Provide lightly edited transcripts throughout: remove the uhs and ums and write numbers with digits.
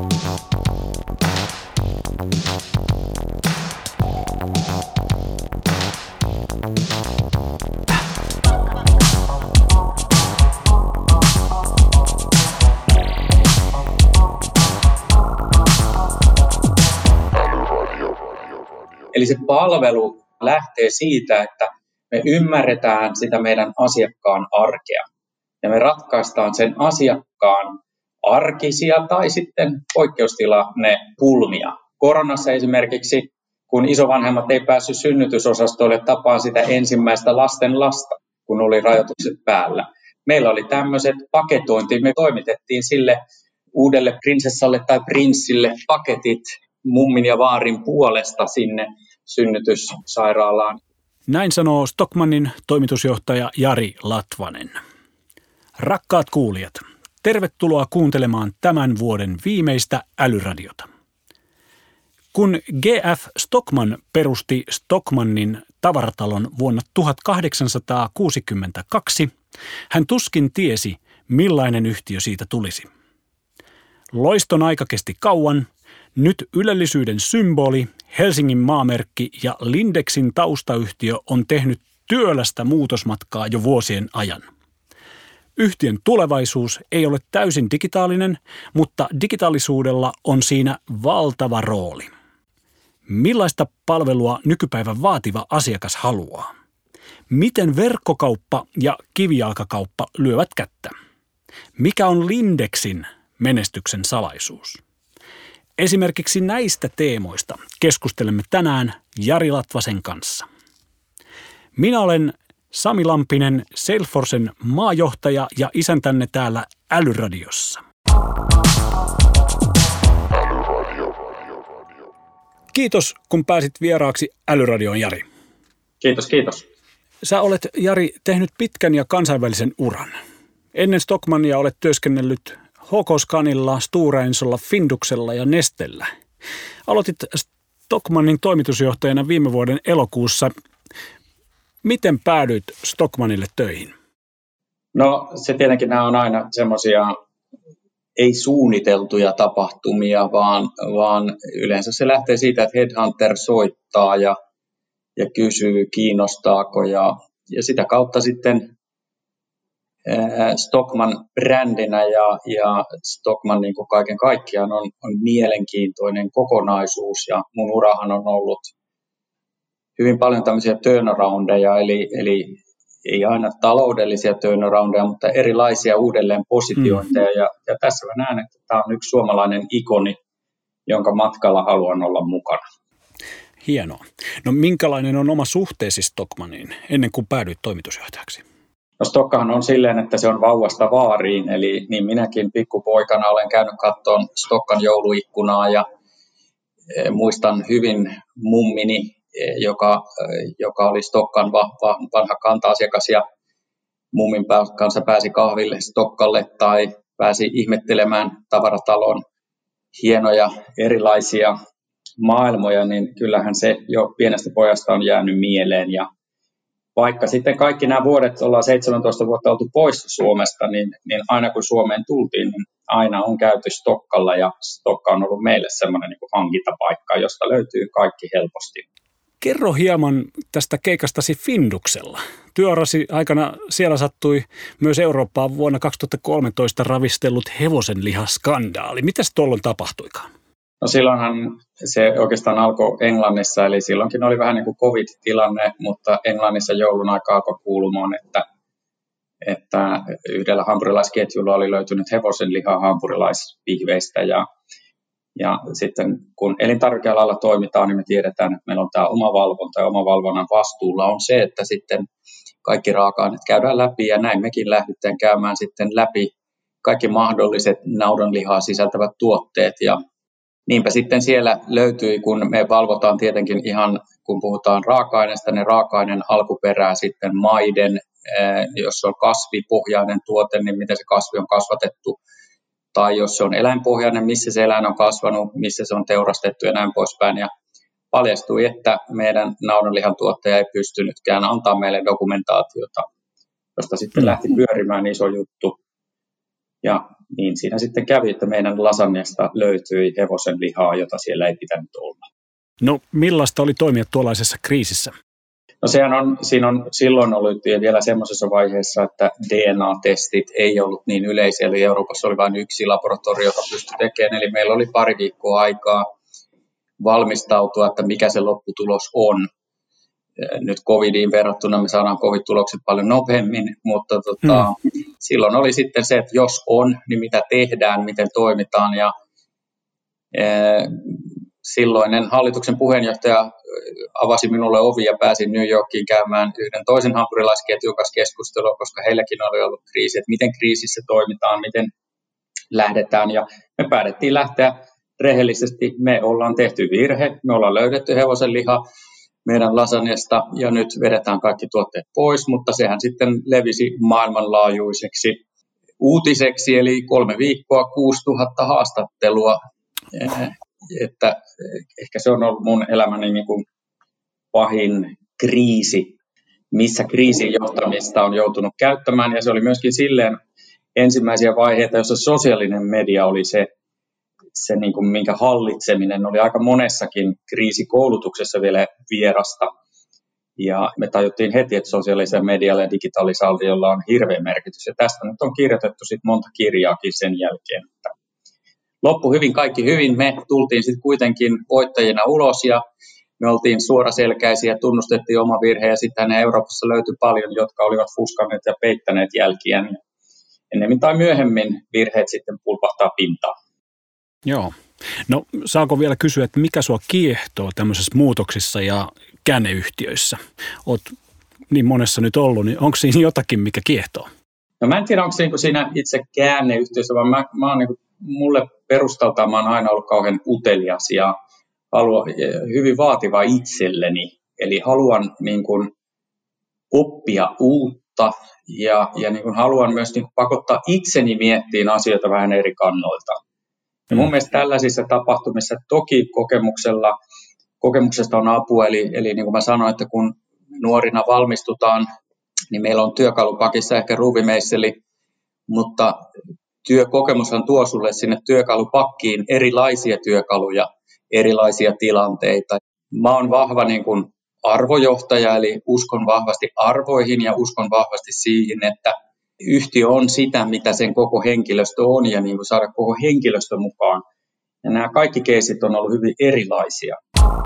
Eli se palvelu lähtee siitä, että me ymmärretään sitä meidän asiakkaan arkea. Ja me ratkaistaan sen asiakkaan arkisia tai sitten poikkeustilanne pulmia. Koronassa esimerkiksi, kun isovanhemmat ei päässyt synnytysosastolle tapaan sitä ensimmäistä lasten lasta, kun oli rajoitukset päällä. Meillä oli tämmöiset paketointi, me toimitettiin sille uudelle prinsessalle tai prinssille paketit mummin ja vaarin puolesta sinne synnytyssairaalaan. Näin sanoo Stockmannin toimitusjohtaja Jari Latvanen. Rakkaat kuulijat, tervetuloa kuuntelemaan tämän vuoden viimeistä Älyradiota. Kun G.F. Stockmann perusti Stockmannin tavaratalon vuonna 1862, hän tuskin tiesi, millainen yhtiö siitä tulisi. Loiston aika kesti kauan. Nyt ylellisyyden symboli, Helsingin maamerkki ja Lindexin taustayhtiö on tehnyt työlästä muutosmatkaa jo vuosien ajan. Yhtiön tulevaisuus ei ole täysin digitaalinen, mutta digitaalisuudella on siinä valtava rooli. Millaista palvelua nykypäivän vaativa asiakas haluaa? Miten verkkokauppa ja kivijalkakauppa lyövät kättä? Mikä on Lindexin menestyksen salaisuus? Esimerkiksi näistä teemoista keskustelemme tänään Jari Latvasen kanssa. Minä olen Sami Lampinen, Salesforcen maajohtaja ja isäntänne täällä Älyradiossa. Kiitos, kun pääsit vieraaksi Älyradioon, Jari. Kiitos. Sä olet, Jari, tehnyt pitkän ja kansainvälisen uran. Ennen Stockmannia olet työskennellyt HK-Scanilla, Stora Ensolla, Finduxella ja Nestellä. Aloitit Stockmannin toimitusjohtajana viime vuoden elokuussa. Miten päädyit Stockmannille töihin? No se tietenkin nämä on aina semmoisia ei suunniteltuja tapahtumia, vaan yleensä se lähtee siitä, että headhunter soittaa ja kysyy kiinnostaako ja sitä kautta sitten Stockmann brändinä ja Stockmann niin kuin kaiken kaikkiaan on mielenkiintoinen kokonaisuus ja mun urahan on ollut hyvin paljon tämmöisiä turnaroundeja, eli ei aina taloudellisia turnaroundeja, mutta erilaisia uudelleen positiointeja ja tässä mä näen, että tämä on yksi suomalainen ikoni, jonka matkalla haluan olla mukana. Hienoa. No minkälainen on oma suhteesi Stockmanniin ennen kuin päädyit toimitusjohtajaksi? No Stokkahan on silleen, että se on vauvasta vaariin, eli niin minäkin pikkupoikana olen käynyt katsomaan Stokkan jouluikkunaa ja muistan hyvin mummini, joka oli Stokkan vanha kanta-asiakas ja mummin kanssa pääsi kahville Stokkalle tai pääsi ihmettelemään tavaratalon hienoja erilaisia maailmoja, niin kyllähän se jo pienestä pojasta on jäänyt mieleen ja vaikka sitten kaikki nämä vuodet, ollaan 17 vuotta oltu poissa Suomesta, niin aina kun Suomeen tultiin, niin aina on käyty Stokkalla ja Stokka on ollut meille semmoinen niin kuin hankintapaikka, josta löytyy kaikki helposti. Kerro hieman tästä keikastasi Finduxella. Työurasi aikana siellä sattui myös Eurooppaan vuonna 2013 ravistellut hevosenlihaskandaali. Mitäs tuolloin tapahtuikaan? No silloinhan se oikeastaan alkoi Englannissa, eli silloinkin oli vähän niin kuin covid-tilanne, mutta Englannissa joulun aikaa alkoi kuulumaan, että yhdellä hampurilaisketjulla oli löytynyt hevosenlihaa hampurilaispihveistä ja sitten kun elintarvikealalla toimitaan, niin me tiedetään, että meillä on tämä oma valvonta ja oma valvonnan vastuulla on se, että sitten kaikki raaka-aineet käydään läpi ja näin mekin lähdetään käymään sitten läpi kaikki mahdolliset naudanlihaa sisältävät tuotteet ja niinpä sitten siellä löytyi, kun me valvotaan tietenkin ihan, kun puhutaan raaka-aineesta, ne raaka-aineen alkuperää sitten maiden, jos se on kasvipohjainen tuote, niin miten se kasvi on kasvatettu, tai jos se on eläinpohjainen, missä se eläin on kasvanut, missä se on teurastettu ja näin poispäin. Ja paljastui, että meidän naudanlihan tuottaja ei pystynytkään antaa meille dokumentaatiota, josta sitten lähti pyörimään iso juttu. Ja niin siinä sitten kävi, että meidän lasagnesta löytyi hevosen lihaa, jota siellä ei pitänyt olla. No millaista oli toimia tuollaisessa kriisissä? No siinä on silloin ollut vielä semmoisessa vaiheessa, että DNA-testit ei ollut niin yleisiä, eli Euroopassa oli vain yksi laboratorio, joka pystyi tekemään, eli meillä oli pari viikkoa aikaa valmistautua, että mikä se lopputulos on. Nyt covidiin verrattuna me saadaan covid-tulokset paljon nopeammin, mutta silloin oli sitten se, että jos on, niin mitä tehdään, miten toimitaan, ja silloinen hallituksen puheenjohtaja avasi minulle ovia ja pääsin New Yorkiin käymään yhden toisen hampurilaisketjun kanssa keskustelua, koska heilläkin oli ollut kriisi, että miten kriisissä toimitaan, miten lähdetään, ja me päätettiin lähteä rehellisesti. Me ollaan tehty virhe, me ollaan löydetty hevosen liha meidän lasagnesta ja nyt vedetään kaikki tuotteet pois, mutta sehän sitten levisi maailmanlaajuiseksi uutiseksi, eli 3 viikkoa, 6000 haastattelua, että ehkä se on ollut mun elämäni niin kuin pahin kriisi, missä kriisin johtamista on joutunut käyttämään, ja se oli myöskin silleen ensimmäisiä vaiheita, jossa sosiaalinen media oli se niin kuin, minkä hallitseminen oli aika monessakin kriisikoulutuksessa vielä vierasta. Ja me tajuttiin heti, että sosiaalisen medialla ja digitalisaatiolla on hirveä merkitys. Ja tästä nyt on kirjoitettu sit monta kirjaakin sen jälkeen. Loppu hyvin, kaikki hyvin. Me tultiin sitten kuitenkin voittajina ulos ja me oltiin suoraselkäisiä, tunnustettiin oma virhe ja sitten Euroopassa löytyi paljon, jotka olivat fuskanneet ja peittäneet jälkiään. Ennemmin tai myöhemmin virheet sitten pulpahtaa pintaan. Joo. No saako vielä kysyä, että mikä sua kiehtoo tämmöisissä muutoksissa ja käänneyhtiöissä? Oot niin monessa nyt ollut, niin onko siinä jotakin, mikä kiehtoo? No mä en tiedä, onko se niin siinä itse käänneyhtiössä, vaan mä oon niin kuin, mulle perustaltaan mä oon aina ollut kauhean utelias ja hyvin vaativa itselleni. Eli haluan niin kuin oppia uutta ja niin kuin haluan myös niin kuin pakottaa itseni miettiin asioita vähän eri kannoilta. Ja mun mielestä tällaisissa tapahtumissa toki kokemuksesta on apua, eli niin kuin mä sanoin, että kun nuorina valmistutaan, niin meillä on työkalupakissa ehkä ruuvimeisseli, mutta työkokemushan tuo sulle sinne työkalupakkiin erilaisia työkaluja, erilaisia tilanteita. Mä oon vahva niin kuin arvojohtaja, eli uskon vahvasti arvoihin ja uskon vahvasti siihen, että yhtiö on sitä, mitä sen koko henkilöstö on, ja niin kuin saada koko henkilöstö mukaan. Ja nämä kaikki keisit on ollut hyvin erilaisia.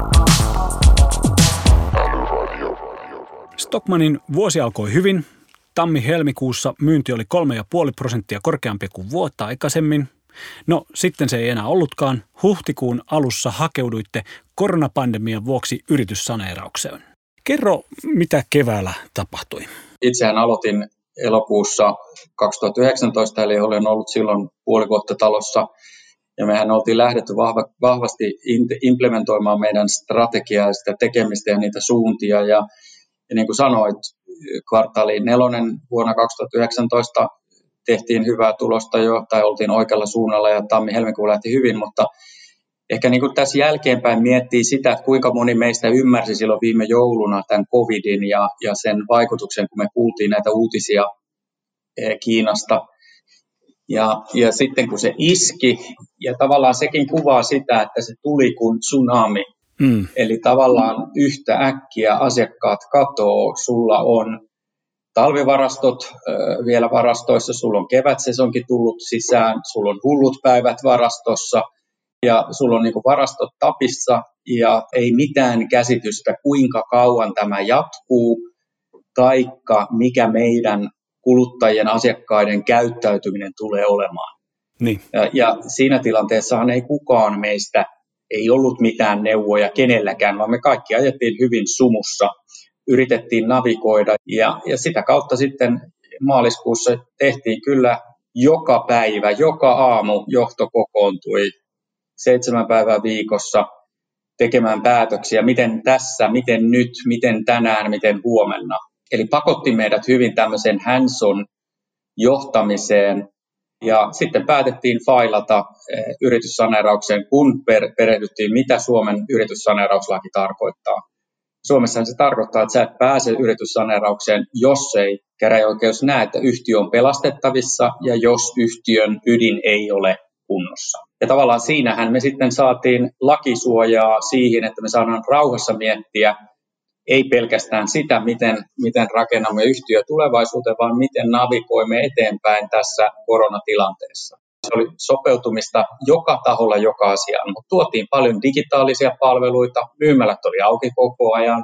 Stockmannin vuosi alkoi hyvin. Tammi-helmikuussa myynti oli 3,5% korkeampi kuin vuotta aikaisemmin. No sitten se ei enää ollutkaan. Huhtikuun alussa hakeuduitte koronapandemian vuoksi yrityssaneeraukseen. Kerro, mitä keväällä tapahtui? Itsehän aloitin elokuussa 2019, eli olen ollut silloin puoli vuotta talossa. Ja mehän oltiin lähdetty vahvasti implementoimaan meidän strategiaa ja sitä tekemistä ja niitä suuntia. Ja niin kuin sanoit, kvartaali 4 vuonna 2019 tehtiin hyvää tulosta jo, tai oltiin oikealla suunnalla ja tammi-helmikuu lähti hyvin, mutta ehkä niin kuin tässä jälkeenpäin miettii sitä, että kuinka moni meistä ymmärsi silloin viime jouluna tämän covidin ja sen vaikutuksen, kun me kuultiin näitä uutisia Kiinasta. Ja sitten kun se iski, ja tavallaan sekin kuvaa sitä, että se tuli kuin tsunami. Eli tavallaan yhtä äkkiä asiakkaat katoo, sulla on talvivarastot vielä varastoissa, sulla on kevätsesonkin tullut sisään, sulla on hullut päivät varastossa ja sulla on niin kuin varastot tapissa ja ei mitään käsitystä, kuinka kauan tämä jatkuu, taikka mikä meidän kuluttajien, asiakkaiden käyttäytyminen tulee olemaan. Niin. Ja siinä tilanteessahan ei kukaan meistä, ei ollut mitään neuvoja kenelläkään, vaan me kaikki ajettiin hyvin sumussa, yritettiin navigoida ja sitä kautta sitten maaliskuussa tehtiin kyllä joka päivä, joka aamu johto kokoontui 7 päivää viikossa tekemään päätöksiä, miten tässä, miten nyt, miten tänään, miten huomenna. Eli pakotti meidät hyvin tämmöiseen hands-on johtamiseen ja sitten päätettiin failata yrityssaneeraukseen, kun perehdyttiin, mitä Suomen yrityssaneerauslaki tarkoittaa. Suomessa se tarkoittaa, että sä et pääse yrityssaneeraukseen, jos ei käräjäoikeus näe, että yhtiö on pelastettavissa ja jos yhtiön ydin ei ole kunnossa. Ja tavallaan siinähän me sitten saatiin lakisuojaa siihen, että me saadaan rauhassa miettiä ei pelkästään sitä, miten rakennamme yhtiö tulevaisuuteen, vaan miten navigoimme eteenpäin tässä koronatilanteessa. Se oli sopeutumista joka taholla joka asiaan, mutta tuotiin paljon digitaalisia palveluita, myymälät oli auki koko ajan,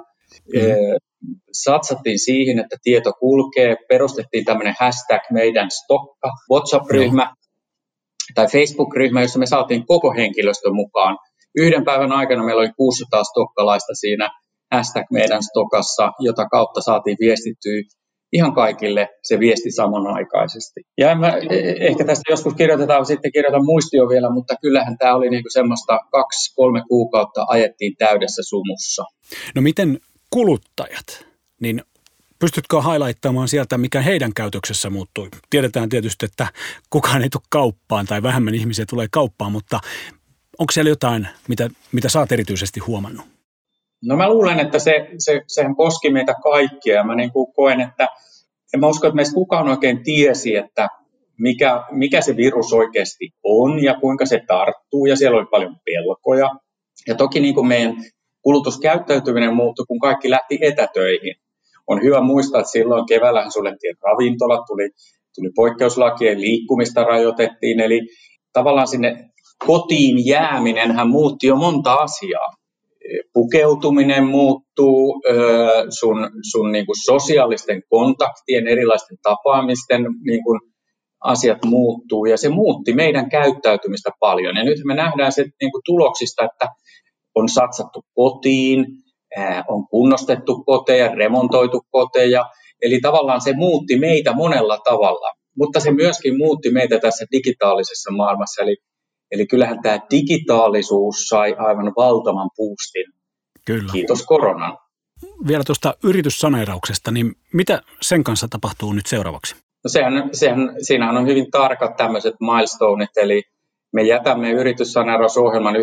satsattiin siihen, että tieto kulkee, perustettiin tämmöinen hashtag meidän stokka, WhatsApp-ryhmä tai Facebook-ryhmä, jossa me saatiin koko henkilöstö mukaan. Yhden päivän aikana meillä oli 600 stokkalaista siinä hashtag meidän stokassa, jota kautta saatiin viestittyä ihan kaikille se viesti samanaikaisesti. Ja ehkä tästä joskus kirjoitan muistio vielä, mutta kyllähän tämä oli niinku semmoista 2-3 kuukautta ajettiin täydessä sumussa. No miten kuluttajat, niin pystytkö highlighttamaan sieltä, mikä heidän käytöksessä muuttui? Tiedetään tietysti, että kukaan ei tule kauppaan tai vähemmän ihmisiä tulee kauppaan, mutta onko siellä jotain, mitä sä oot erityisesti huomannut? No mä luulen, että sehän koski meitä kaikkia. Mä niin kuin koen, että en mä usko, että meistä kukaan oikein tiesi, että mikä se virus oikeasti on ja kuinka se tarttuu. Ja siellä oli paljon pelkoja. Ja toki niin kuin meidän kulutuskäyttäytyminen muuttui, kun kaikki lähti etätöihin. On hyvä muistaa, että silloin keväällähän suljettiin ravintolat, tuli poikkeuslakien liikkumista rajoitettiin. Eli tavallaan sinne kotiin jääminenhän muutti jo monta asiaa. Pukeutuminen muuttuu, sun niin kuin sosiaalisten kontaktien, erilaisten tapaamisten niin kuin asiat muuttuu, ja se muutti meidän käyttäytymistä paljon. Ja nyt me nähdään se niin kuin tuloksista, että on satsattu kotiin, on kunnostettu koteja, remontoitu koteja, eli tavallaan se muutti meitä monella tavalla, mutta se myöskin muutti meitä tässä digitaalisessa maailmassa, Eli kyllähän tämä digitaalisuus sai aivan valtavan boostin. Kyllä. Kiitos koronan. Vielä tuosta yrityssaneerauksesta, niin mitä sen kanssa tapahtuu nyt seuraavaksi? No siinähän on hyvin tarkat tämmöiset milestoneit, eli me jätämme yrityssaneerausohjelman 11.12.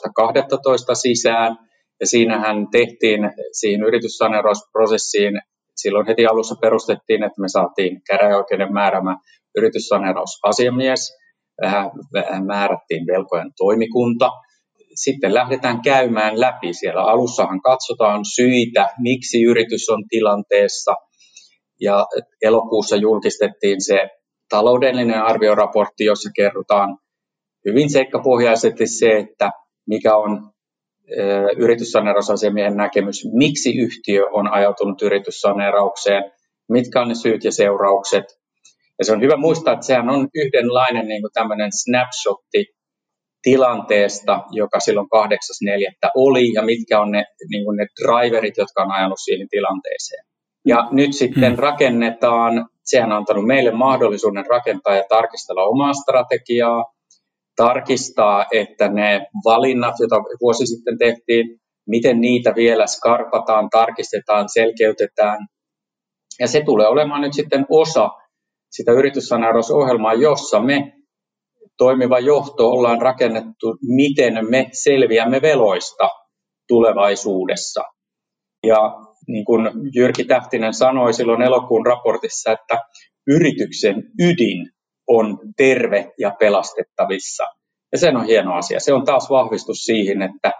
sisään, ja siinähän tehtiin siihen yrityssaneerausprosessiin, silloin heti alussa perustettiin, että me saatiin käräjäoikeuden määräämä yrityssaneerausasiamies, määrättiin velkojen toimikunta. Sitten lähdetään käymään läpi. Siellä alussahan katsotaan syitä, miksi yritys on tilanteessa. Ja elokuussa julkistettiin se taloudellinen arvioraportti, jossa kerrotaan hyvin seikkapohjaisesti se, että mikä on yrityssaneerausasiamiehen näkemys, miksi yhtiö on ajautunut yrityssaneeraukseen, mitkä on ne syyt ja seuraukset. Ja se on hyvä muistaa, että sehän on yhdenlainen niin kuin tämmöinen snapshotti tilanteesta, joka silloin 8.4. oli, ja mitkä on ne, niin kuin ne driverit, jotka on ajanut siihen tilanteeseen. Ja nyt sitten rakennetaan, sehän on antanut meille mahdollisuuden rakentaa ja tarkistella omaa strategiaa, tarkistaa, että ne valinnat, joita vuosi sitten tehtiin, miten niitä vielä skarpataan, tarkistetaan, selkeytetään. Ja se tulee olemaan nyt sitten osa sitä yrityssaneerausohjelmaa, jossa me toimiva johto ollaan rakennettu, miten me selviämme veloista tulevaisuudessa. Ja niin kuin Jyrki Tähtinen sanoi silloin elokuun raportissa, että yrityksen ydin on terve ja pelastettavissa. Ja se on hieno asia. Se on taas vahvistus siihen, että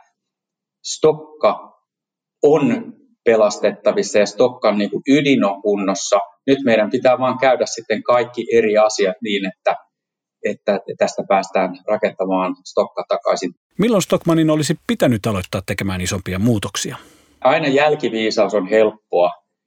stokka on pelastettavissa ja stokkan niin kuin ydin on kunnossa. Nyt meidän pitää vaan käydä sitten kaikki eri asiat niin, että tästä päästään rakentamaan stokka takaisin. Milloin Stockmannin olisi pitänyt aloittaa tekemään isompia muutoksia? Aina jälkiviisaus on helppoa,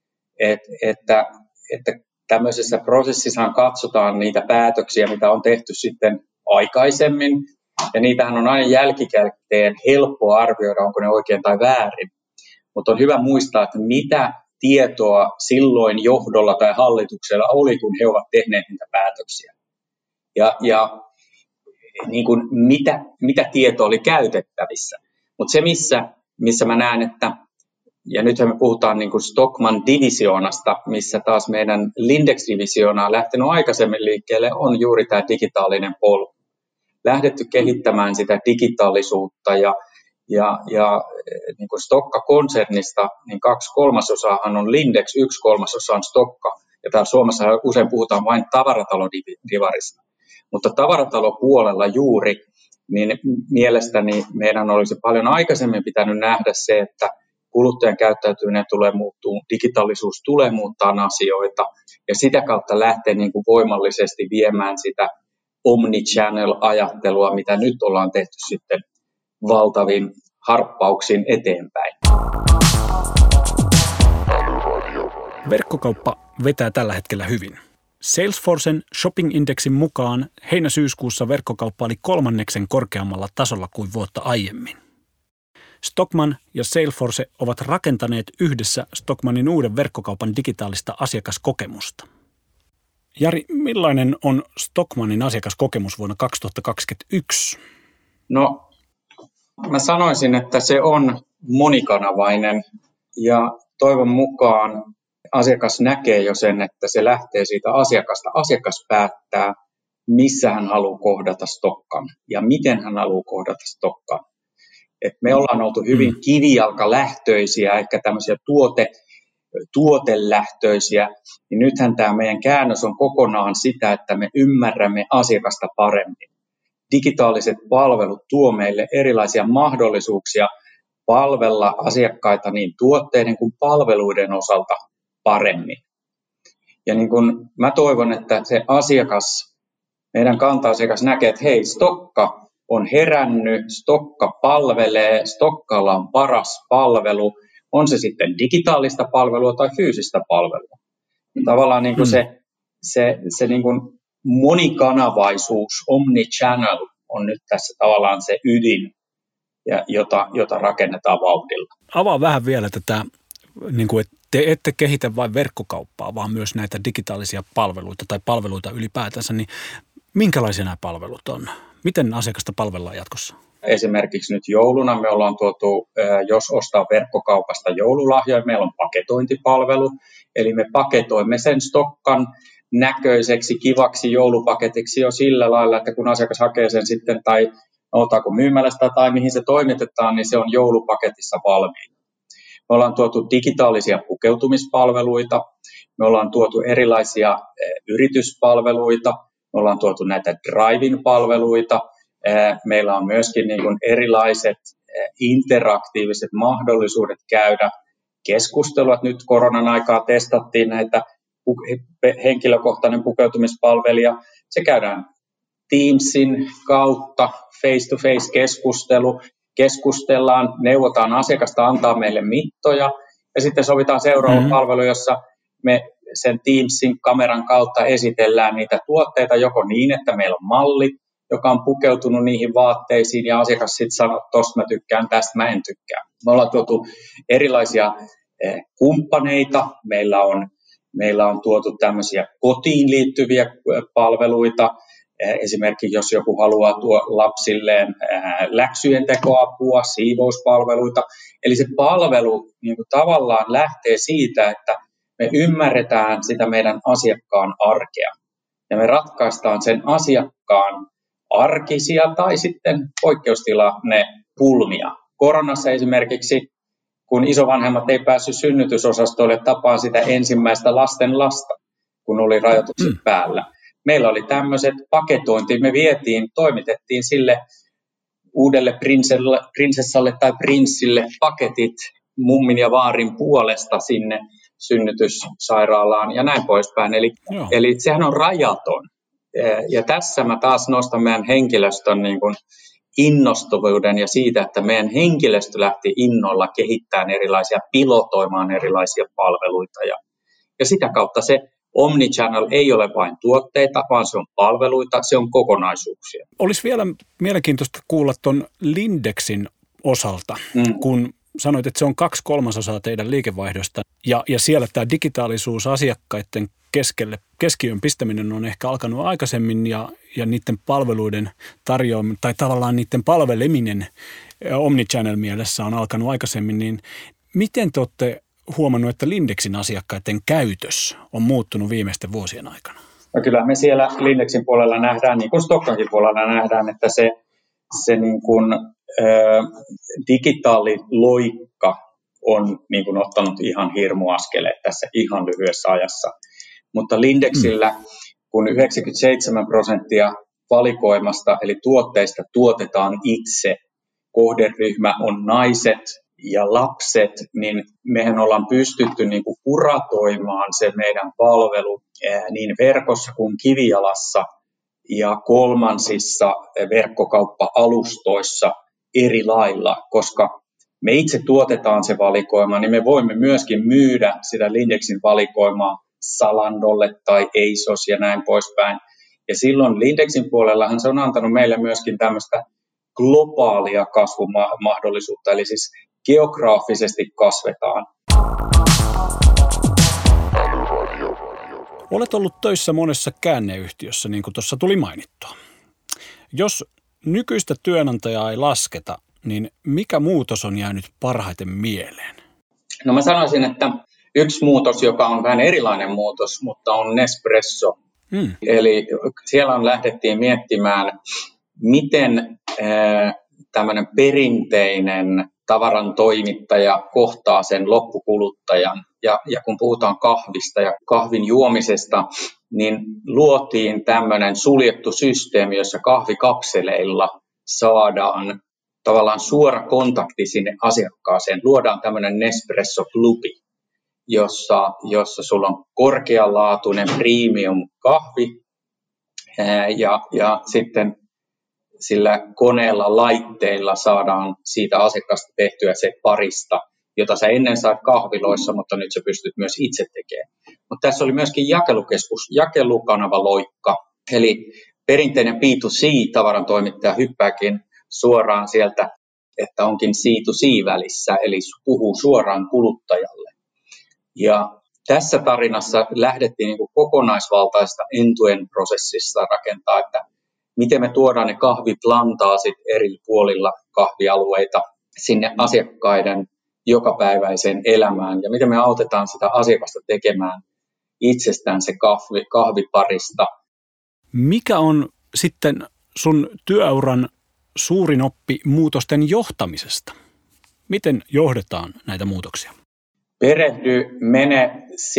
että tämmöisessä prosessissa katsotaan niitä päätöksiä, mitä on tehty sitten aikaisemmin, ja niitähän on aina jälkikäteen helppo arvioida, onko ne oikein tai väärin. Mutta on hyvä muistaa, että mitä tietoa silloin johdolla tai hallituksella oli, kun he ovat tehneet niitä päätöksiä. Ja niin kuin mitä tietoa oli käytettävissä. Mutta se, missä mä näen, että, ja nythän me puhutaan niin kuin Stockmann-divisioonasta, missä taas meidän Lindex-divisioona on lähtenyt aikaisemmin liikkeelle, on juuri tämä digitaalinen polku. Lähdetty kehittämään sitä digitaalisuutta Ja niin kuin Stokka-konsernista, niin 2/3 on Lindex, 1/3 on Stokka. Ja täällä Suomessa usein puhutaan vain tavaratalodivarista. Mutta tavaratalopuolella juuri, niin mielestäni meidän olisi paljon aikaisemmin pitänyt nähdä se, että kuluttajan käyttäytyminen tulee muuttua, digitaalisuus tulee muuttaa asioita ja sitä kautta lähteä niin kuin voimallisesti viemään sitä omnichannel-ajattelua, mitä nyt ollaan tehty sitten valtavin harppauksin eteenpäin. Verkkokauppa vetää tällä hetkellä hyvin. Salesforcen shopping-indeksin mukaan heinä-syyskuussa verkkokauppa oli 3% korkeammalla tasolla kuin vuotta aiemmin. Stockmann ja Salesforce ovat rakentaneet yhdessä Stockmannin uuden verkkokaupan digitaalista asiakaskokemusta. Jari, millainen on Stockmannin asiakaskokemus vuonna 2021? No, mä sanoisin, että se on monikanavainen ja toivon mukaan asiakas näkee jo sen, että se lähtee siitä asiakasta. Asiakas päättää, missä hän haluaa kohdata Stokkan ja miten hän haluaa kohdata Stokkan. Et me ollaan oltu hyvin kivijalkalähtöisiä, ehkä tämmöisiä tuotelähtöisiä, niin nythän tämä meidän käännös on kokonaan sitä, että me ymmärrämme asiakasta paremmin. Digitaaliset palvelut tuo meille erilaisia mahdollisuuksia palvella asiakkaita niin tuotteiden kuin palveluiden osalta paremmin. Ja niin kun mä toivon, että se asiakas, meidän kanta-asiakas näkee, että hei, Stokka on herännyt, Stokka palvelee, Stokkalla on paras palvelu, on se sitten digitaalista palvelua tai fyysistä palvelua. Tavallaan niin kuin se niin kuin monikanavaisuus, omnichannel on nyt tässä tavallaan se ydin, jota rakennetaan vauhdilla. Avaa vähän vielä tätä, niin kuin, että te ette kehitä vain verkkokauppaa, vaan myös näitä digitaalisia palveluita tai palveluita ylipäätänsä, niin minkälaisia nämä palvelut on? Miten asiakasta palvellaan jatkossa? Esimerkiksi nyt jouluna me ollaan tuotu, jos ostaa verkkokaupasta joululahjoja, meillä on paketointipalvelu, eli me paketoimme sen Stokkan näköiseksi, kivaksi joulupaketiksi jo sillä lailla, että kun asiakas hakee sen sitten tai otaako myymälästä tai mihin se toimitetaan, niin se on joulupaketissa valmiina. Me ollaan tuotu digitaalisia pukeutumispalveluita, me ollaan tuotu erilaisia yrityspalveluita, me ollaan tuotu näitä drive-in-palveluita, meillä on myöskin niin kuin erilaiset interaktiiviset mahdollisuudet käydä keskustelua. Nyt koronan aikaa testattiin näitä henkilökohtainen pukeutumispalvelija. Se käydään Teamsin kautta, face-to-face keskustelu, keskustellaan, neuvotaan asiakasta, antaa meille mittoja ja sitten sovitaan seuraava palvelu, jossa me sen Teamsin kameran kautta esitellään niitä tuotteita joko niin, että meillä on malli, joka on pukeutunut niihin vaatteisiin ja asiakas sitten sanoo, että tosta mä tykkään, tästä mä en tykkää. Me ollaan tuotu erilaisia kumppaneita, meillä on tuotu tämmöisiä kotiin liittyviä palveluita, esimerkiksi jos joku haluaa lapsilleen läksyjen tekoapua, siivouspalveluita. Eli se palvelu niin kuin tavallaan lähtee siitä, että me ymmärretään sitä meidän asiakkaan arkea ja me ratkaistaan sen asiakkaan arkisia tai sitten poikkeustilanne pulmia. Koronassa esimerkiksi, kun isovanhemmat ei päässyt synnytysosastoille tapaan sitä ensimmäistä lasten lasta, kun oli rajoitukset päällä. Meillä oli tämmöiset paketointi, me toimitettiin sille uudelle prinsessalle tai prinssille paketit mummin ja vaarin puolesta sinne synnytyssairaalaan ja näin poispäin. Eli sehän on rajaton. Ja tässä mä taas nostan meidän henkilöstön niin kuin innostuvuuden ja siitä, että meidän henkilöstö lähti innolla kehittämään pilotoimaan erilaisia palveluita. Ja sitä kautta se omnichannel ei ole vain tuotteita, vaan se on palveluita, se on kokonaisuuksia. Olisi vielä mielenkiintoista kuulla tuon Lindexin osalta, kun sanoit, että se on 2/3 teidän liikevaihdosta ja siellä tämä digitaalisuus asiakkaiden keskiön pistäminen on ehkä alkanut aikaisemmin ja niiden palveluiden tarjoaminen tai tavallaan niiden palveleminen omnichannel mielessä on alkanut aikaisemmin, niin miten te olette huomannut, että Lindexin asiakkaiden käytös on muuttunut viimeisten vuosien aikana? No kyllä me siellä Lindexin puolella nähdään, niin kuin Stokkankin puolella nähdään, että se niin kuin digitaaliloikka on niin kuin ottanut ihan hirmuaskeleet tässä ihan lyhyessä ajassa. Mutta Lindexillä, kun 97% valikoimasta eli tuotteista tuotetaan itse, kohderyhmä on naiset ja lapset, niin mehän ollaan pystytty niin kuin kuratoimaan se meidän palvelu niin verkossa kuin kivijalassa ja kolmansissa verkkokauppa-alustoissa eri lailla, koska me itse tuotetaan se valikoima, niin me voimme myöskin myydä sitä Lindexin valikoimaa Zalandolle tai ASOS ja näin poispäin. Ja silloin Lindexin puolellahan se on antanut meille myöskin tämmöistä globaalia kasvumahdollisuutta, eli siis geograafisesti kasvetaan. Olet ollut töissä monessa käänneyhtiössä, niin kuin tuossa tuli mainittua. Jos nykyistä työnantajaa ei lasketa, niin mikä muutos on jäänyt parhaiten mieleen? No mä sanoisin, että yksi muutos, joka on vähän erilainen muutos, mutta on Nespresso. Eli siellä lähdettiin miettimään, miten tämmöinen perinteinen tavaran toimittaja kohtaa sen loppukuluttajan. Ja kun puhutaan kahvista ja kahvin juomisesta, niin luotiin tämmöinen suljettu systeemi, jossa kahvikapseleilla saadaan tavallaan suora kontakti sinne asiakkaaseen. Luodaan tämmöinen Nespresso-klubi, jossa sulla on korkealaatuinen premium kahvi ja sitten sillä koneella, laitteilla saadaan siitä asiakkaasta tehtyä se parista, jota sä ennen sait kahviloissa, mutta nyt sä pystyt myös itse tekemään. Mutta tässä oli myöskin jakelukanavaloikka, eli perinteinen B2C-tavaran toimittaja hyppääkin suoraan sieltä, että onkin C2C välissä, eli puhuu suoraan kuluttajalle. Ja tässä tarinassa lähdettiin niin kuin kokonaisvaltaista end-to-end-prosessista rakentaa, että miten me tuodaan ne kahviplantaasit eri puolilla kahvialueita sinne asiakkaiden jokapäiväiseen elämään ja miten me autetaan sitä asiakasta tekemään itsestään se kahviparista. Mikä on sitten sun työuran suurin oppi muutosten johtamisesta? Miten johdetaan näitä muutoksia? Perehdy, mene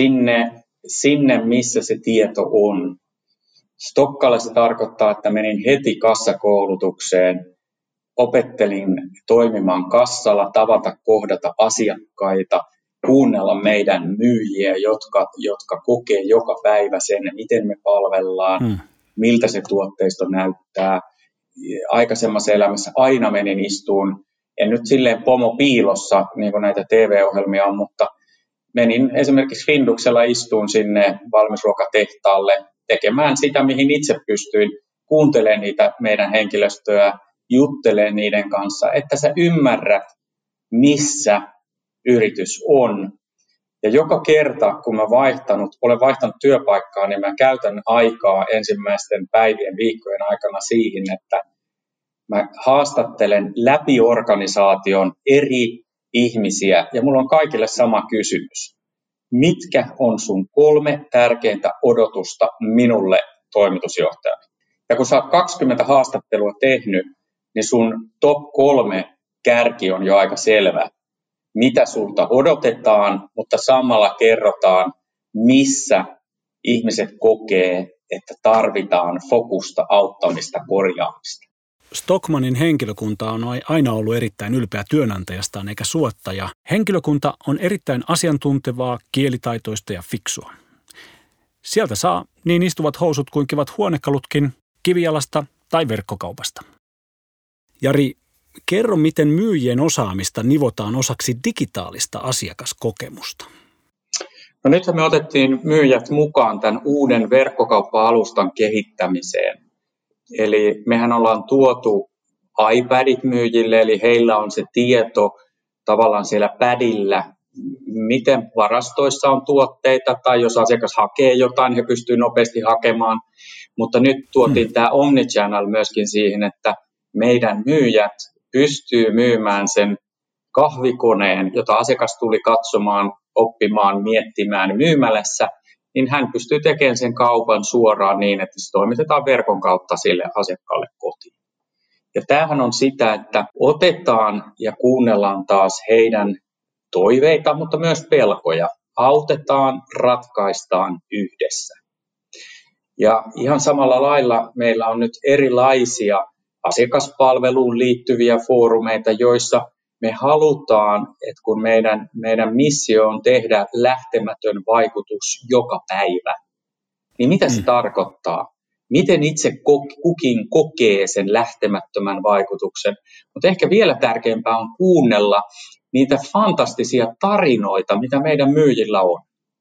sinne, missä se tieto on. Stokkalle se tarkoittaa, että menin heti kassakoulutukseen, opettelin toimimaan kassalla, tavata, kohdata asiakkaita, kuunnella meidän myyjiä, jotka kokee joka päivä sen, miten me palvellaan, miltä se tuotteisto näyttää. Aikaisemmassa elämässä aina menin istuun, en nyt silleen pomo piilossa, niin kuin näitä TV-ohjelmia on, mutta menin esimerkiksi Finduksella istuun sinne valmisruokatehtaalle tekemään sitä, mihin itse pystyin, kuuntelemaan niitä meidän henkilöstöä, juttelemaan niiden kanssa, että sä ymmärrät, missä yritys on. Ja joka kerta, kun olen vaihtanut työpaikkaa, niin mä käytän aikaa ensimmäisten päivien, viikkojen aikana siihen, että mä haastattelen läpi organisaation eri ihmisiä, ja mulla on kaikille sama kysymys. Mitkä on sun 3 tärkeintä odotusta minulle toimitusjohtajana? Ja kun sä oot 20 haastattelua tehnyt, niin sun top 3 kärki on jo aika selvä. Mitä sulta odotetaan, mutta samalla kerrotaan, missä ihmiset kokee, että tarvitaan fokusta, auttamista, korjaamista. Stockmannin henkilökunta on aina ollut erittäin ylpeä työnantajastaan eikä suottaja. Henkilökunta on erittäin asiantuntevaa, kielitaitoista ja fiksua. Sieltä saa niin istuvat housut kuin kivat huonekalutkin kivijalasta tai verkkokaupasta. Jari, kerro, miten myyjien osaamista nivotaan osaksi digitaalista asiakaskokemusta. No nythän me otettiin myyjät mukaan tämän uuden verkkokauppa-alustan kehittämiseen. Eli mehän ollaan tuotu iPadit myyjille, eli heillä on se tieto tavallaan siellä padilla, miten varastoissa on tuotteita, tai jos asiakas hakee jotain, he pystyy nopeasti hakemaan. Mutta nyt tuotiin tämä Omnichannel myöskin siihen, että meidän myyjät pystyy myymään sen kahvikoneen, jota asiakas tuli katsomaan, oppimaan, miettimään myymälässä, niin hän pystyy tekemään sen kaupan suoraan niin, että se toimitetaan verkon kautta sille asiakkaalle kotiin. Ja tämähän on sitä, että otetaan ja kuunnellaan taas heidän toiveita, mutta myös pelkoja. Autetaan, ratkaistaan yhdessä. Ja ihan samalla lailla meillä on nyt erilaisia asiakaspalveluun liittyviä foorumeita, joissa me halutaan, että kun meidän missio on tehdä lähtemätön vaikutus joka päivä, niin mitä se tarkoittaa? Miten itse kukin kokee sen lähtemättömän vaikutuksen? Mutta ehkä vielä tärkeämpää on kuunnella niitä fantastisia tarinoita, mitä meidän myyjillä on.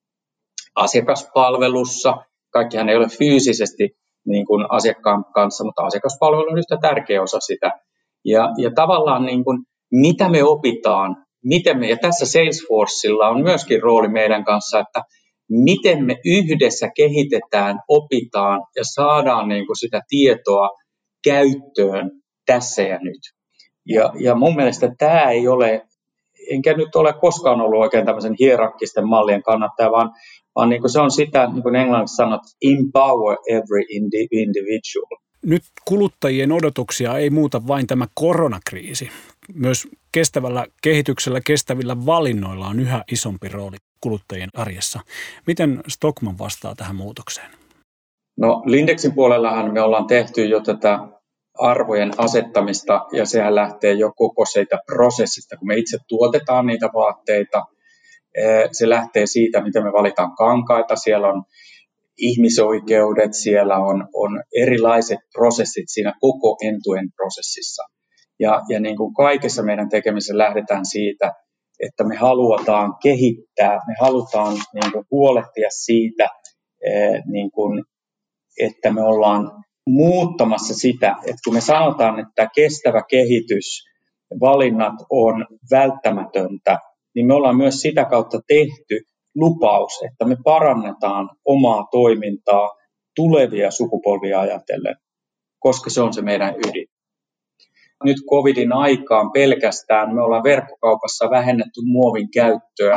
Asiakaspalvelussa, kaikkihan ei ole fyysisesti niin kuin asiakkaan kanssa, mutta asiakaspalvelu on yhtä tärkeä osa sitä. Ja tavallaan niin kuin, mitä me opitaan, ja tässä Salesforcella on myöskin rooli meidän kanssa, että miten me yhdessä kehitetään, opitaan ja saadaan niin kuin sitä tietoa käyttöön tässä ja nyt. Ja mun mielestä tämä ei ole, enkä nyt ole koskaan ollut oikein tämmöisen hierarkkisten mallien kannattaja, vaan niin kuin se on sitä, niin kuin englanniksi sanot, empower every individual. Nyt kuluttajien odotuksia ei muuta vain tämä koronakriisi. Myös kestävällä kehityksellä, kestävillä valinnoilla on yhä isompi rooli kuluttajien arjessa. Miten Stockmann vastaa tähän muutokseen? No Lindexin puolellahan me ollaan tehty jo tätä arvojen asettamista, ja sehän lähtee jo koko siitä prosessista, kun me itse tuotetaan niitä vaatteita. Se lähtee siitä, miten me valitaan kankaita. Siellä on ihmisoikeudet, siellä on erilaiset prosessit siinä koko end-to-end-prosessissa. Ja niin kuin kaikessa meidän tekemisessä lähdetään siitä, että me halutaan kehittää, me halutaan niin kuin huolehtia siitä, niin kuin, että me ollaan muuttamassa sitä, että kun me sanotaan, että kestävä kehitys, valinnat on välttämätöntä, niin me ollaan myös sitä kautta tehty lupaus, että me parannetaan omaa toimintaa tulevia sukupolvia ajatellen, koska se on se meidän ydin. Nyt covidin aikaan pelkästään me ollaan verkkokaupassa vähennetty muovin käyttöä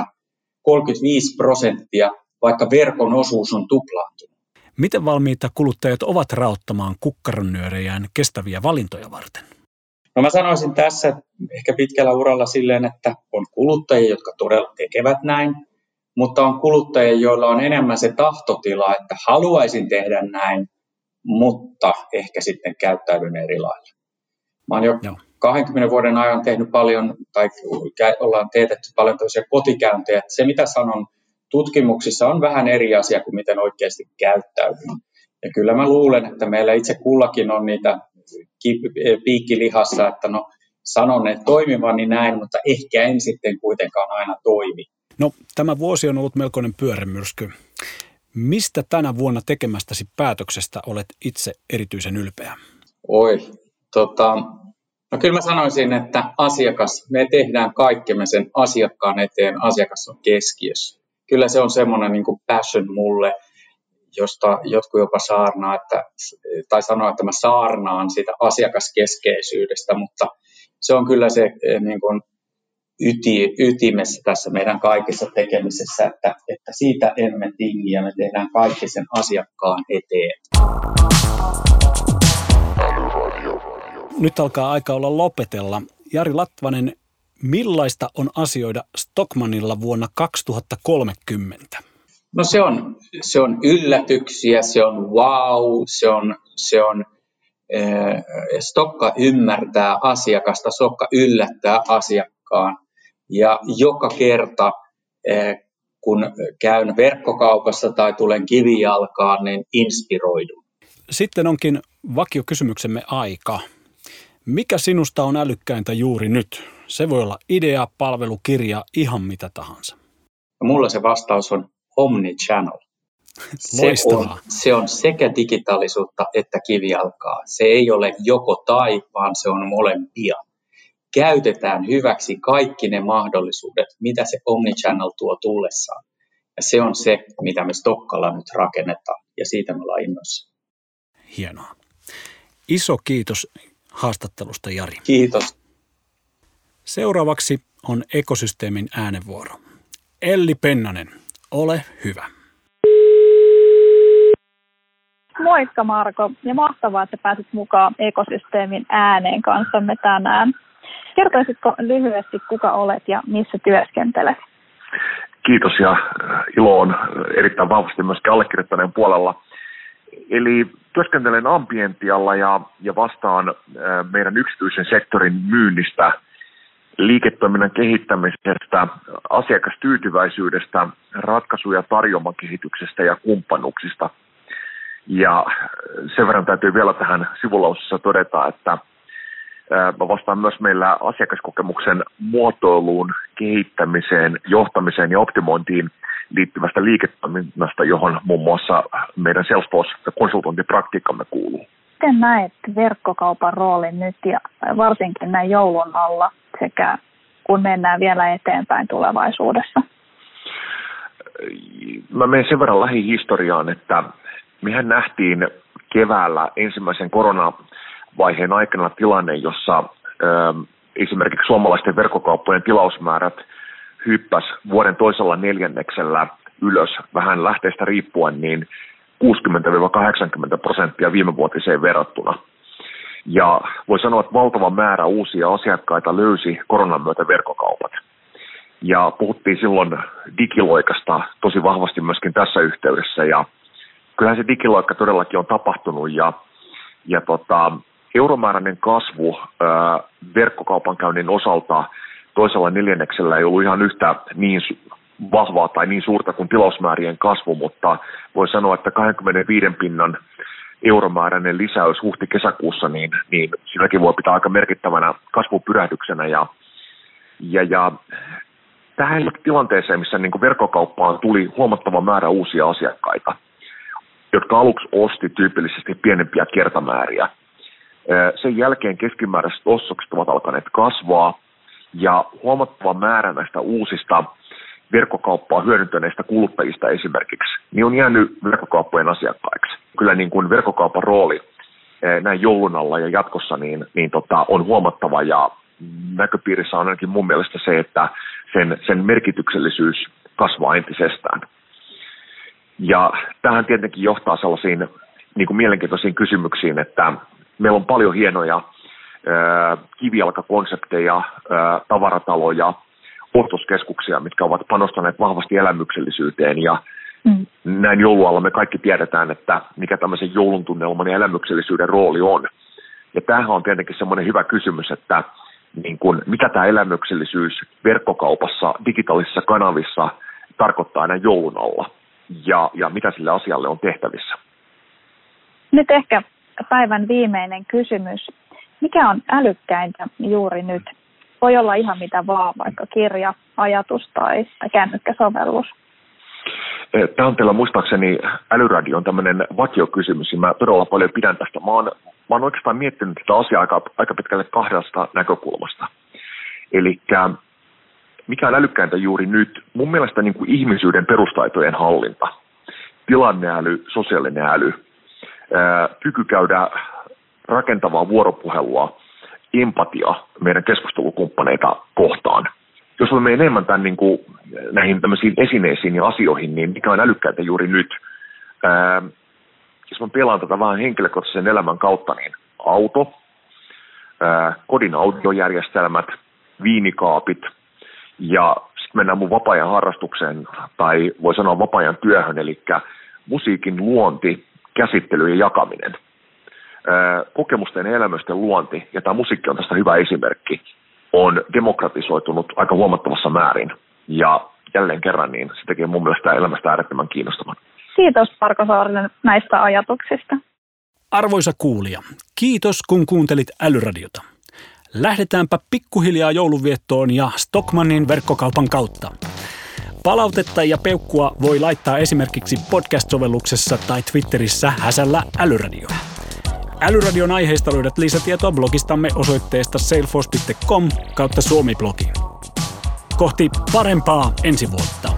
35%, vaikka verkon osuus on tuplaantunut. Miten valmiita kuluttajat ovat raottamaan kukkaronnyörejään kestäviä valintoja varten? No mä sanoisin tässä ehkä pitkällä uralla silleen, että on kuluttajia, jotka todella tekevät näin, mutta on kuluttajia, joilla on enemmän se tahtotila, että haluaisin tehdä näin, mutta ehkä sitten käyttäydyn eri lailla. Mä oon jo 20 vuoden ajan tehnyt paljon, tai ollaan teetetty paljon tämmöisiä kotikäyntejä. Se, mitä sanon tutkimuksissa, on vähän eri asia kuin miten oikeasti käyttäydyn. Ja kyllä mä luulen, että meillä itse kullakin on niitä piikkilihassa, että no sanon, että toimivani näin, mutta ehkä en sitten kuitenkaan aina toimi. No, tämä vuosi on ollut melkoinen pyörämyrsky. Mistä tänä vuonna tekemästäsi päätöksestä olet itse erityisen ylpeä? No kyllä mä sanoisin, että me tehdään kaikkemme sen asiakkaan eteen, asiakas on keskiössä. Kyllä se on semmoinen niin kuin passion mulle, josta jotkut jopa saarnaa, tai sanoo, että mä saarnaan sitä asiakaskeskeisyydestä, mutta se on kyllä se niin kuin ytimessä tässä meidän kaikessa tekemisessä, että siitä emme tingi ja me tehdään kaikki sen asiakkaan eteen. Nyt alkaa aika olla lopetella. Jari Latvanen, millaista on asioida Stockmannilla vuonna 2030? No se on yllätyksiä, se on wow, se on Stokka ymmärtää asiakasta, Stokka yllättää asiakkaan. Ja joka kerta, kun käyn verkkokaupassa tai tulen kivijalkaan, niin inspiroidun. Sitten onkin vakiokysymyksemme aika. Mikä sinusta on älykkäintä juuri nyt? Se voi olla idea, palvelu, kirja, ihan mitä tahansa. Mulla se vastaus on omnichannel. Loistavaa. Se on sekä digitaalisuutta että kivijalkaa. Se ei ole joko tai, vaan se on molempia. Käytetään hyväksi kaikki ne mahdollisuudet, mitä se omnichannel tuo tullessaan. Ja se on se, mitä me Stokkalla nyt rakennetaan, ja siitä me ollaan innoissa. Hienoa. Iso kiitos haastattelusta, Jari. Kiitos. Seuraavaksi on Ekosysteemin äänenvuoro. Elli Pennanen, ole hyvä. Moikka Marko, ja mahtavaa, että pääsit mukaan ekosysteemin ääneen kanssamme tänään. Kertoisitko lyhyesti, kuka olet ja missä työskentelet? Kiitos, ja ilo on erittäin vahvasti myöskin allekirjoittaneen puolella. Eli työskentelen Ambientialla ja vastaan meidän yksityisen sektorin myynnistä, liiketoiminnan kehittämisestä, asiakastyytyväisyydestä, ratkaisu- ja tarjoumakehityksestä ja kumppanuuksista. Ja sen verran täytyy vielä tähän sivulausessa todeta, että mä vastaan myös meillä asiakaskokemuksen muotoiluun, kehittämiseen, johtamiseen ja optimointiin liittyvästä liiketoiminnasta, johon muun muassa meidän Salesforce-konsultointipraktiikkamme kuuluu. Miten näet verkkokaupan roolin nyt ja varsinkin näin joulun alla sekä kun mennään vielä eteenpäin tulevaisuudessa? Mä menen sen verran lähihistoriaan, että mehän nähtiin keväällä ensimmäisen koronavaiheen aikana tilanne, jossa esimerkiksi suomalaisten verkkokauppojen tilausmäärät hyppäs vuoden toisella neljänneksellä ylös vähän lähteestä riippuen niin 60-80% viimevuotiseen verrattuna. Ja voi sanoa, että valtava määrä uusia asiakkaita löysi koronan myötä verkkokaupat. Ja puhuttiin silloin digiloikasta tosi vahvasti myöskin tässä yhteydessä. Ja kyllähän se digiloikka todellakin on tapahtunut. Ja euromääräinen kasvu verkkokaupankäynnin osalta toisella neljänneksellä ei ollut ihan yhtä niin vahvaa tai niin suurta kuin tilausmäärien kasvu, mutta voi sanoa, että 25% euromääräinen lisäys huhti-kesäkuussa, niin silläkin voi pitää aika merkittävänä kasvupyrähdyksenä. Ja tähän tilanteeseen, missä niin kuin verkkokauppaan tuli huomattava määrä uusia asiakkaita, jotka aluksi osti tyypillisesti pienempiä kertamääriä. Sen jälkeen keskimääräiset ostokset ovat alkaneet kasvaa, ja huomattava määrä näistä uusista verkkokauppaa hyödyntäneistä kuluttajista esimerkiksi, niin on jäänyt verkkokauppojen asiakkaiksi. Kyllä niin kuin verkkokaupan rooli näin joulun alla ja jatkossa on huomattava, ja näköpiirissä on ainakin mun mielestä se, että sen merkityksellisyys kasvaa entisestään. Ja tähän tietenkin johtaa sellaisiin niin kuin mielenkiintoisiin kysymyksiin, että meillä on paljon hienoja kivijalkakonsepteja, tavarataloja, ostoskeskuksia, mitkä ovat panostaneet vahvasti elämyksellisyyteen, ja näin joulualla me kaikki tiedetään, että mikä tämmöisen joulun tunnelman ja elämyksellisyyden rooli on. Ja tämähän on tietenkin semmoinen hyvä kysymys, että niin kun, mitä tämä elämyksellisyys verkkokaupassa, digitaalisissa kanavissa tarkoittaa näin joulun alla, ja mitä sille asialle on tehtävissä. Nyt ehkä päivän viimeinen kysymys. Mikä on älykkäintä juuri nyt? Voi olla ihan mitä vaan, vaikka kirja, ajatus tai kännykkäsovellus. Tämä on teillä muistaakseni Älyradio on tämmöinen vakiokysymys, ja mä todella paljon pidän tästä. Mä oon oikeastaan miettinyt tätä asiaa aika pitkälle kahdesta näkökulmasta. Eli mikä on älykkäintä juuri nyt? Mun mielestä niin kuin ihmisyyden perustaitojen hallinta, tilanneäly, sosiaalinen äly, kyky käydä rakentavaa vuoropuhelua, empatia meidän keskustelukumppaneita kohtaan. Jos me menemme enemmän tämän, niin kuin, näihin tämmöisiin esineisiin ja asioihin, niin mikä on älykkäitä juuri nyt? Jos mä pelaan tätä vähän henkilökohtaisen elämän kautta, niin auto, kodin audiojärjestelmät, viinikaapit, ja sitten mennään mun vapaa-ajan harrastukseen, tai voi sanoa vapaa-ajan työhön, eli musiikin luonti, käsittely ja jakaminen. Kokemusten ja elämysten luonti, ja tämä musiikki on tästä hyvä esimerkki, on demokratisoitunut aika huomattavassa määrin. Ja jälleen kerran, niin se tekee mun mielestä elämästä äärettömän kiinnostavan. Kiitos Marko Saarinen näistä ajatuksista. Arvoisa kuulija, kiitos kun kuuntelit Älyradiota. Lähdetäänpä pikkuhiljaa joulunviettoon ja Stockmannin verkkokaupan kautta. Palautetta ja peukkua voi laittaa esimerkiksi podcast-sovelluksessa tai Twitterissä #Älyradio. Älyradion aiheista löydät lisätietoa blogistamme osoitteesta salesforce.com/suomiblogi. Kohti parempaa ensi vuotta.